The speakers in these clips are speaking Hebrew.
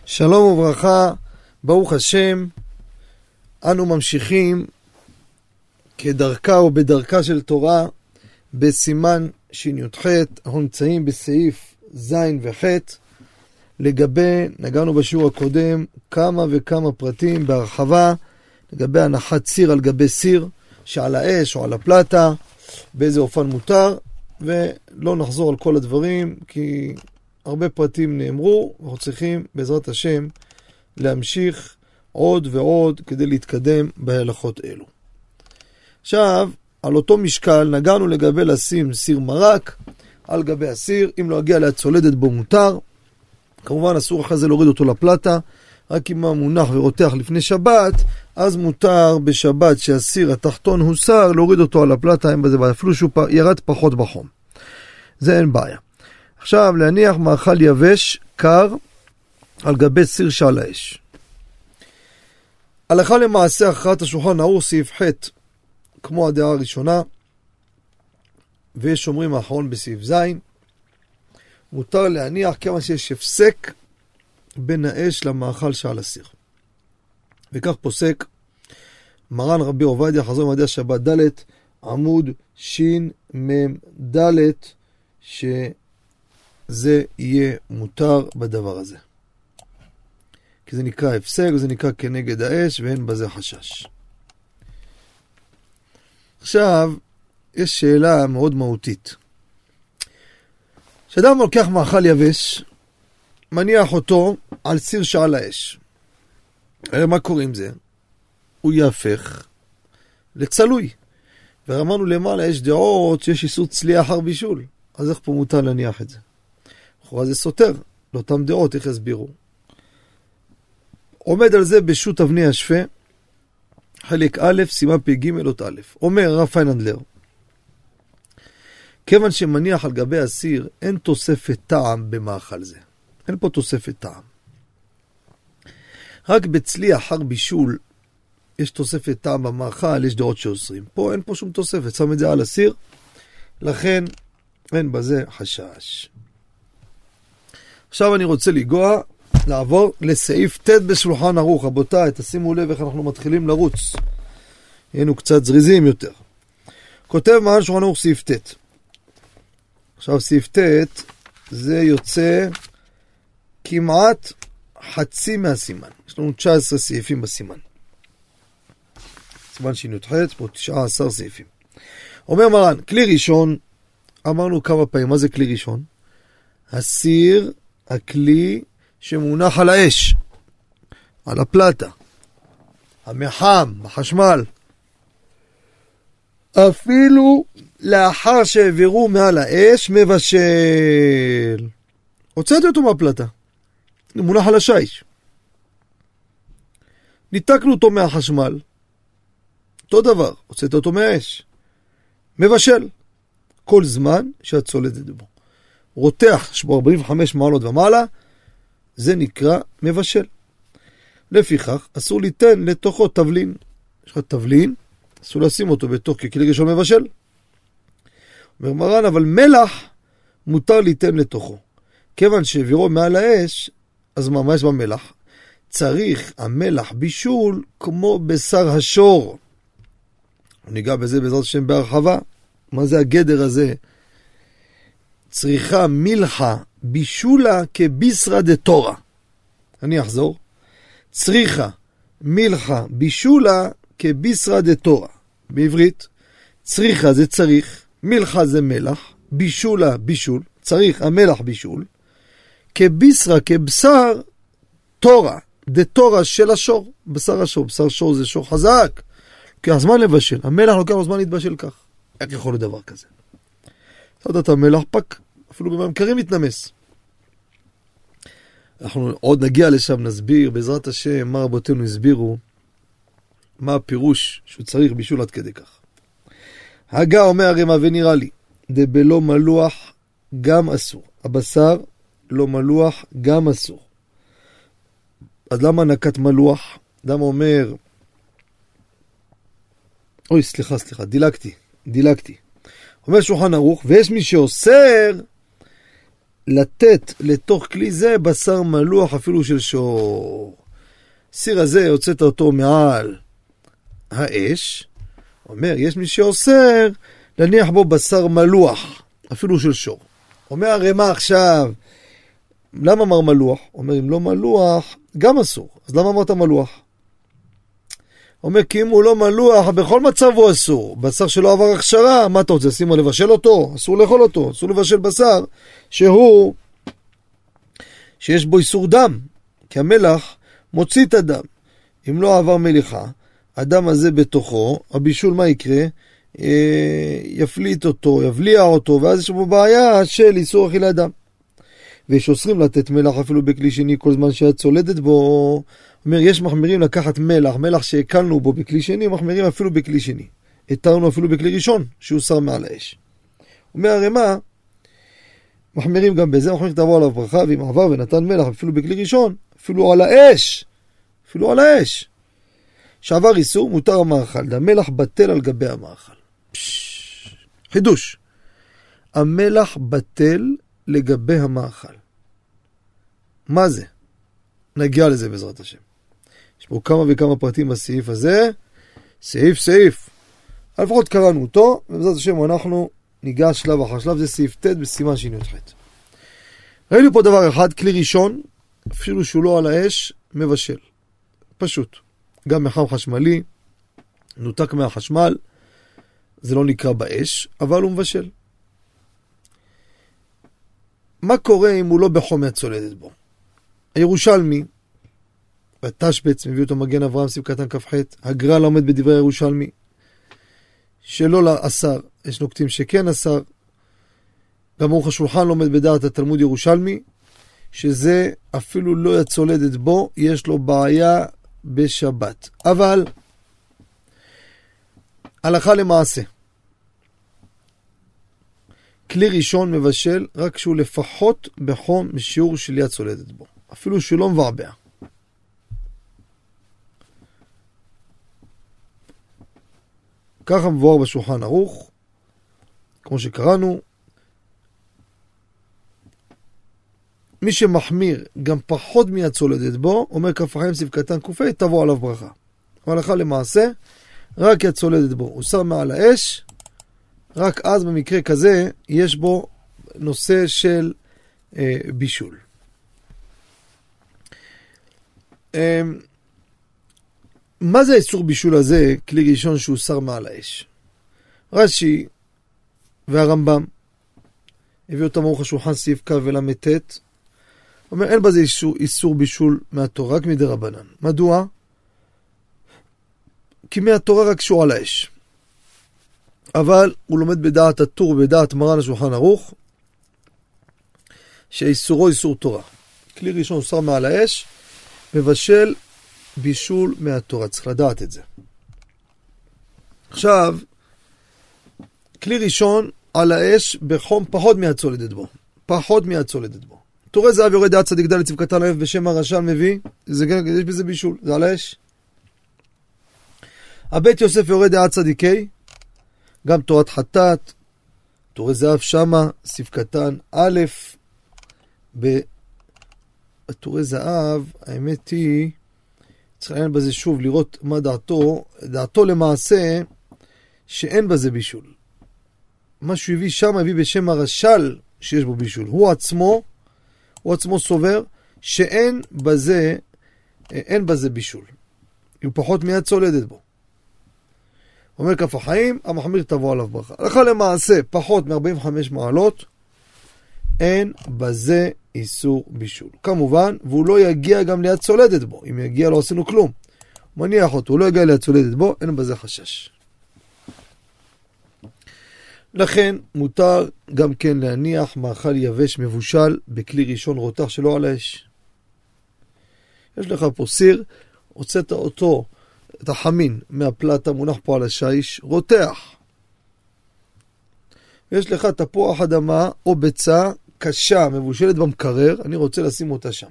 שלום וברכה, ברוך השם, אנו ממשיכים כדרכה ובדרכה של תורה בסימן שי"ח, אנחנו נמצאים בסעיף ז' וח'. נגענו בשיעור הקודם כמה וכמה פרטים בהרחבה לגבי הנחת סיר על גבי סיר, שעל האש או על הפלטה, באיזה אופן מותר, ולא נחזור על כל הדברים כי הרבה פרטים נאמרו, ואנחנו צריכים בעזרת השם להמשיך עוד ועוד כדי להתקדם בהלכות אלו. עכשיו, על אותו משקל נגענו לגבי לשים סיר מרק על גבי הסיר, אם לא הגיע להצולדת בו מותר, כמובן אסור אחרי זה להוריד אותו לפלטה, רק אם המונח ורותח לפני שבת, אז מותר בשבת שהסיר התחתון הוסר להוריד אותו על הפלטה, אפילו שהוא ירד פחות בחום. זה אין בעיה. עכשיו להניח מאכל יבש קר על גבי סיר שעל האש. הלכה למעשה הכרעת השולחן ערוך סעיף ח' כמו הדעה הראשונה, ויש אומרים האחרון בסעיף ז', מותר להניח כמה שיש הפסק בין האש למאכל שעל הסיר. וכך פוסק מרן רבי עובדיה חזון מועדי השבת ד' עמוד שמ"ד, שזה יהיה מותר בדבר הזה. כי זה נקרא הפסק וזה נקרא כנגד האש ואין בזה חשש. עכשיו, יש שאלה מאוד מהותית. כשאדם לוקח מאכל יבש, מניח אותו על סיר שעל האש. מה קורה עם זה? הוא יהפך לצלוי. ואמרנו למעלה, יש דעות שיש איסור צלייה אחר בישול. אז איך פה מותר להניח את זה? לכאורה זה סותר לאותם דעות, איך יסבירו? עומד על זה בשו"ת אבני השפה, חלק א', סימן פ"ג אות א'. אומר הרב פייננדלר, כיוון שמניח על גבי הסיר, אין תוספת טעם במאכל זה. אין פה תוספת טעם. רק בצלי אחר בישול, יש תוספת טעם במאכל, יש דעות שאוסרים. פה אין פה שום תוספת, שם את זה על הסיר, לכן אין בזה חשש. עכשיו אני רוצה לעבור לסעיף ט' בשולחן ערוך. רבותיי, תשימו לב איך אנחנו מתחילים לרוץ. היינו קצת זריזים יותר. כותב מרן שולחן ערוך סעיף ט'. עכשיו סעיף ט' זה יוצא כמעט חצי מהסימן. יש לנו 19 סעיפים בסימן. סימן שי"ח, פה 19 סעיפים. אומר מרן, כלי ראשון, אמרנו כמה פעמים, מה זה כלי ראשון? הסיר, הכלי שמונח על האש, על הפלטה, המחם, החשמל. אפילו לאחר שהעבירו מעל האש, מבשל. הוצאתי אותו מהפלטה. הוא מונח על השיש. ניתקנו אותו מהחשמל. אותו דבר, הוצאתי אותו מהאש. מבשל. כל זמן שאת צולדת בו. רותח, יש בו 45 מעלות ומעלה, זה נקרא מבשל. לפיכך, אסור ליתן לתוכו תבלין. יש לך תבלין, אסור לשים אותו בתוך ככלי ראשון מבשל. אומר מרן, אבל מלח מותר ליתן לתוכו. כיוון שהעבירו מעל האש, אז מה יש במלח? צריך המלח בישול כמו בשר השור. ניגע בזה בעזרת השם בהרחבה. מה זה הגדר הזה? צריכה מלחה בישולה כביסרא דתורא. אני אחזור. צריכה מלחה בישולה כביסרא דתורא. בעברית, צריכה זה צריך, מלחה זה מלח, בישולה בישול, צריך המלח בישול, כביסרא כבשר תורא, דתורא של השור, בשר השור, בשר שור זה שור חזק, לוקח זמן לבשל, המלח לוקח זמן להתבשל כך. איך יכול להיות דבר כזה? שמת המלח פק, אפילו בממכרים מתנמס. אנחנו עוד נגיע לשם, נסביר בעזרת השם מה רבותינו הסבירו, מה הפירוש שהוא צריך בישול עד כדי כך. הגה אומר הרמ"א ונראה לי, דבלא מלוח גם אסור. הבשר לא מלוח גם אסור. אז למה נקט מלוח? למה אומר, אוי סליחה, דילגתי. אומר שולחן ערוך, ויש מי שאוסר לתת לתוך כלי זה בשר מלוח אפילו של שור. סיר הזה הוצאת אותו מעל האש, אומר, יש מי שאוסר להניח בו בשר מלוח אפילו של שור. אומר הרמ"א עכשיו, למה אמר מלוח? אומר, אם לא מלוח, גם אסור. אז למה אמרת מלוח? אומר, כי אם הוא לא מלוח, בכל מצב הוא אסור. בשר שלא עבר הכשרה, מה אתה רוצה? שימו לבשל אותו? אסור לאכול אותו. אסור לבשל בשר שיש בו איסור דם. כי המלח מוציא את הדם. אם לא עבר מליחה, הדם הזה בתוכו, הבישול מה יקרה? יפליט אותו, יבליע אותו, ואז יש בו בעיה של איסור אכילה דם. ושאוסרים לתת מלח אפילו בכלי שני כל זמן שאת צולדת בו. אומר, יש מחמירים לקחת מלח שהקלנו בו בכלי שני, מחמירים אפילו בכלי שני. התרנו אפילו בכלי ראשון, שהוסר מעל האש. אומר הרמ"א, מחמירים גם בזה, מחמירים תבוא עליו ברכה, ואם עבר ונתן מלח אפילו בכלי ראשון, אפילו על האש. שעבר איסור, מותר המאכל. המלח בטל על גבי המאכל. חידוש. המלח בטל לגבי המאכל. מה זה? נגיע לזה בעזרת השם. יש פה כמה וכמה פרטים בסעיף הזה. סעיף. לפחות קראנו אותו, ובעזרת השם אנחנו ניגש שלב אחר שלב, זה סעיף ט' בסימן שי"ח. ראינו פה דבר אחד, כלי ראשון, אפילו שהוא לא על האש, מבשל. פשוט. גם מחם חשמלי, נותק מהחשמל, זה לא נקרא באש, אבל הוא מבשל. מה קורה אם הוא לא בחומר צולדת בו? הירושלמי, בתשבץ, מביא אותו מגן אברהם סעיף קטן כ"ח, הגר"א עומד בדברי הירושלמי, שלא אסר, יש נוקטים שכן אסר, גם ערוך השולחן לומד בדעת התלמוד ירושלמי, שזה אפילו לא יצולדת בו, יש לו בעיה בשבת. אבל, הלכה למעשה, כלי ראשון מבשל רק שהוא לפחות בחום משיעור של יד צולדת בו. אפילו שהוא לא מבעבע. ככה מבואר בשולחן ערוך, כמו שקראנו, מי שמחמיר גם פחות מיד צולדת בו, אומר כף החיים סעיף קטן ק"ה, תבוא עליו ברכה. הלכה למעשה, רק יד צולדת בו. הוא שם מעל האש, רק אז במקרה כזה יש בו נושא של בישול. מה זה האיסור בישול הזה, כלי ראשון שהוא שר מעל האש? רש"י והרמב"ם הביא אותם ערוך השולחן סעיף כ' ול"ט, אומר אין בזה איסור בישול מהתורה, רק מדי רבנן. מדוע? כי מהתורה רק שהוא על האש. אבל הוא לומד בדעת הטור ובדעת מרן השולחן ערוך, שאיסורו איסור תורה. כלי ראשון שר מעל האש, מבשל בישול מהתורה. צריך לדעת את זה. עכשיו, כלי ראשון על האש בחום פחות מיד צולדת בו. תורי זהב יורד עד צדיק ד' סעיף קטן א' בשם הרש"ל מביא, יש בזה בישול, זה על האש. הבית יוסף יורד עד צדיקי, גם תורת חטאת, תורי זהב שמה, סעיף קטן א', בתורי זהב, האמת היא, צריך לעניין בזה שוב, לראות מה דעתו למעשה, שאין בזה בישול. מה שהוא הביא שם, הביא בשם הרש"ל שיש בו בישול. הוא עצמו סובר שאין בזה, אין בזה בישול. הוא פחות מיד צולדת בו. אומר כף החיים, המחמיר תבוא עליו ברכה. הלכה למעשה, פחות מ-45 מעלות, אין בזה איסור בישול. כמובן, והוא לא יגיע גם ליד צולדת בו. אם יגיע לא עשינו כלום. הוא מניח אותו, הוא לא יגיע ליד צולדת בו, אין בזה חשש. לכן מותר גם כן להניח מאכל יבש מבושל בכלי ראשון רותח שלא על האש. יש לך פה סיר, הוצאת אותו, את החמין מהפלטה, מונח פה על השיש, רותח. ויש לך תפוח אדמה או ביצה קשה, מבושלת במקרר, אני רוצה לשים אותה שם.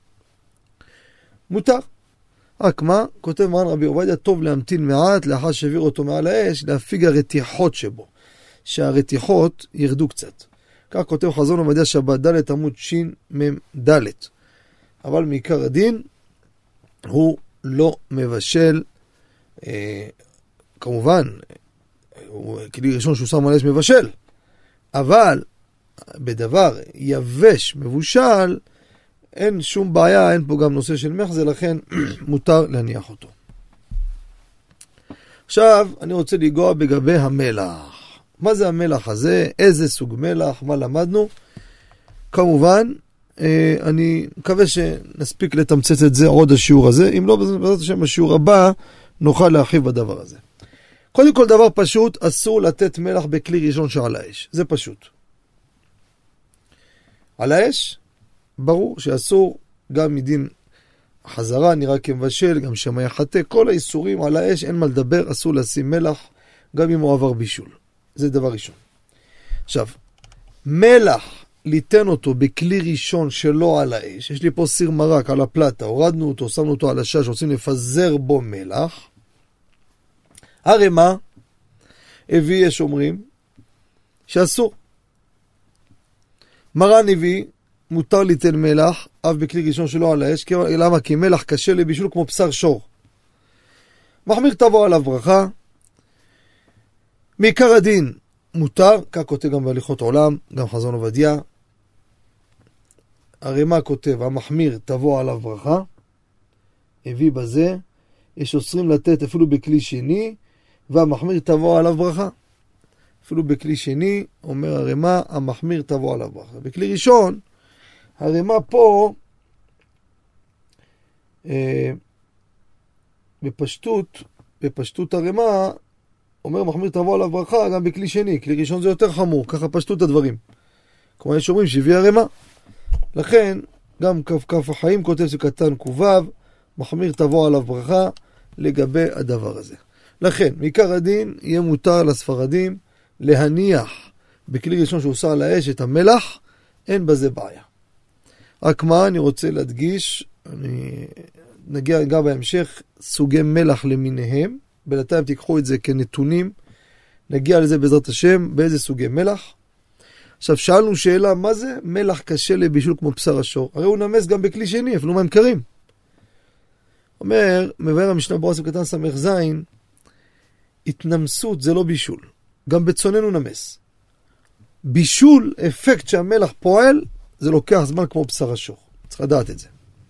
מותר. רק מה? כותב מרן רבי עובדיה, טוב להמתין מעט, לאחר שהעביר אותו מעל האש, להפיג הרתיחות שבו. שהרתיחות ירדו קצת. כך כותב חזון עובדיה שבת ד' עמוד שמ"ד. אבל מעיקר הדין הוא לא מבשל, כמובן, כלי ראשון שהוא שם על אש מבשל, אבל בדבר יבש מבושל, אין שום בעיה, אין פה גם נושא של מחזה, לכן מותר להניח אותו. עכשיו אני רוצה לגוע בגבי המלח. מה זה המלח הזה? איזה סוג מלח? מה למדנו? כמובן, אני מקווה שנספיק לתמצת את זה עוד השיעור הזה. אם לא, בעזרת השם השיעור הבא נוכל להרחיב בדבר הזה. קודם כל דבר פשוט, אסור לתת מלח בכלי ראשון שעל האש. זה פשוט. על האש, ברור שאסור, גם מדין חזרה נראה כמבשל, גם שמא יחטא, כל האיסורים על האש, אין מה לדבר, אסור לשים מלח, גם אם הוא עבר בישול. זה דבר ראשון. עכשיו, מלח, ליתן אותו בכלי ראשון שלא על האש, יש לי פה סיר מרק על הפלטה, הורדנו אותו, שמנו אותו על השש, רוצים לפזר בו מלח, הרי מה? הביא, יש אומרים, שאסור. מרן הביא, מותר ליתן מלח, אף בכלי ראשון שלא על האש, למה? כי מלח קשה לבישול כמו בשר שור. מחמיר תבוא עליו ברכה, מעיקר הדין מותר, כך כותב גם בהליכות עולם, גם חזון עובדיה, הרי מה כותב? המחמיר תבוא עליו ברכה, הביא בזה, יש אוסרים לתת אפילו בכלי שני, והמחמיר תבוא עליו ברכה. אפילו בכלי שני, אומר הרמה, המחמיר תבוא עליו ברכה. בכלי ראשון, הרמה פה, בפשטות הרמה, אומר מחמיר תבוא עליו ברכה גם בכלי שני. כלי ראשון זה יותר חמור, ככה פשטות הדברים. כמו יש אומרים שהביא הרמה. לכן, גם כף החיים כותב שקטן קובב, מחמיר תבוא עליו ברכה לגבי הדבר הזה. לכן, מעיקר הדין יהיה מותר לספרדים להניח בכלי ראשון שהוסר על האש את המלח, אין בזה בעיה. רק מה אני רוצה להדגיש, נגיע גם בהמשך, סוגי מלח למיניהם, בינתיים תיקחו את זה כנתונים, נגיע לזה בעזרת השם, באיזה סוגי מלח. עכשיו שאלנו שאלה, מה זה מלח קשה לבישול כמו בשר השור? הרי הוא נמס גם בכלי שני, אפילו מים קרים. אומר, מבאר המשנה ברורה קטן סמך זין, התנמסות זה לא בישול. גם בצוננו נמס. בישול, אפקט שהמלח פועל, זה לוקח זמן כמו בשר השור. צריך לדעת את זה.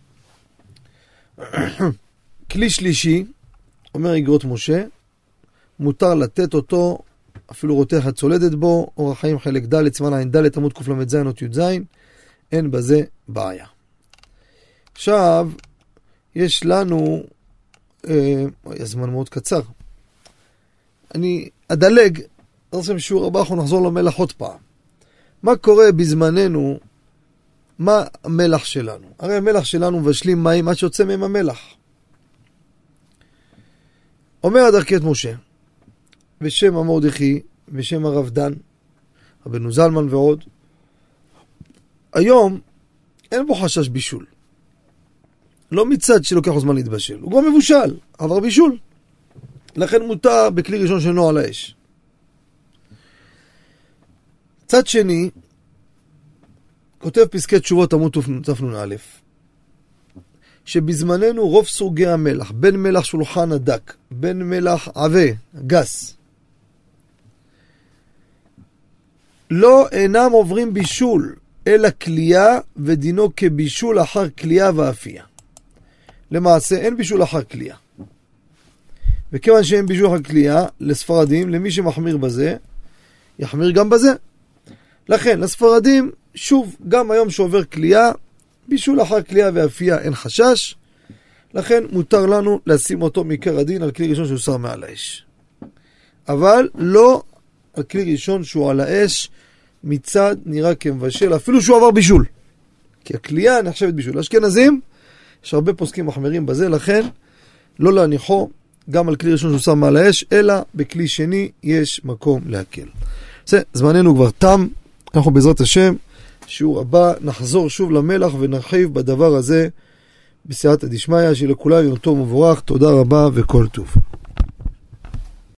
כלי שלישי, אומר אגרות משה, מותר לתת אותו, אפילו רותח הצולדת בו, אורח חיים חלק ד' סימן ע"ד עמוד קל"ז אות י"ז, אין בזה בעיה. עכשיו, יש לנו, הזמן מאוד קצר, אני אדלג, נעשה שיעור הבא, אנחנו נחזור למלח עוד פעם. מה קורה בזמננו, מה המלח שלנו? הרי המלח שלנו מבשלים מים עד שיוצא מהם המלח. אומר הדרכת משה, ושם המרדכי, ושם הרב דן, רבנו זלמן ועוד, היום אין בו חשש בישול. לא מצד שלוקח לו זמן להתבשל, הוא גם מבושל, עבר בישול. לכן מותר בכלי ראשון שאינו על האש. צד שני, כותב פסקי תשובות עמוד תנ"א, שבזמננו רוב סוגי המלח, בין מלח שולחן הדק, בין מלח עבה, גס, לא אינם עוברים בישול, אלא קלייה ודינו כבישול אחר קלייה ואפייה. למעשה אין בישול אחר קלייה. וכיוון שאין בישול אחר קלייה, לספרדים, למי שמחמיר בזה, יחמיר גם בזה. לכן, לספרדים, שוב, גם היום שעובר קלייה, בישול אחר קלייה ואפייה אין חשש, לכן מותר לנו לשים אותו מעיקר הדין על כלי ראשון שהוא שר מעל האש. אבל לא על כלי ראשון שהוא על האש, מצד נראה כמבשל, אפילו שהוא עבר בישול. כי הקלייה נחשבת בישול. אשכנזים, יש הרבה פוסקים מחמירים בזה, לכן לא להניחו גם על כלי ראשון שהוא שר מעל האש, אלא בכלי שני יש מקום להקל. זה, זמננו כבר תם, אנחנו בעזרת השם, שיעור הבא, נחזור שוב למלח ונרחיב בדבר הזה בסייעתא דשמיא, שלכולם יום טוב ומבורך, תודה רבה וכל טוב.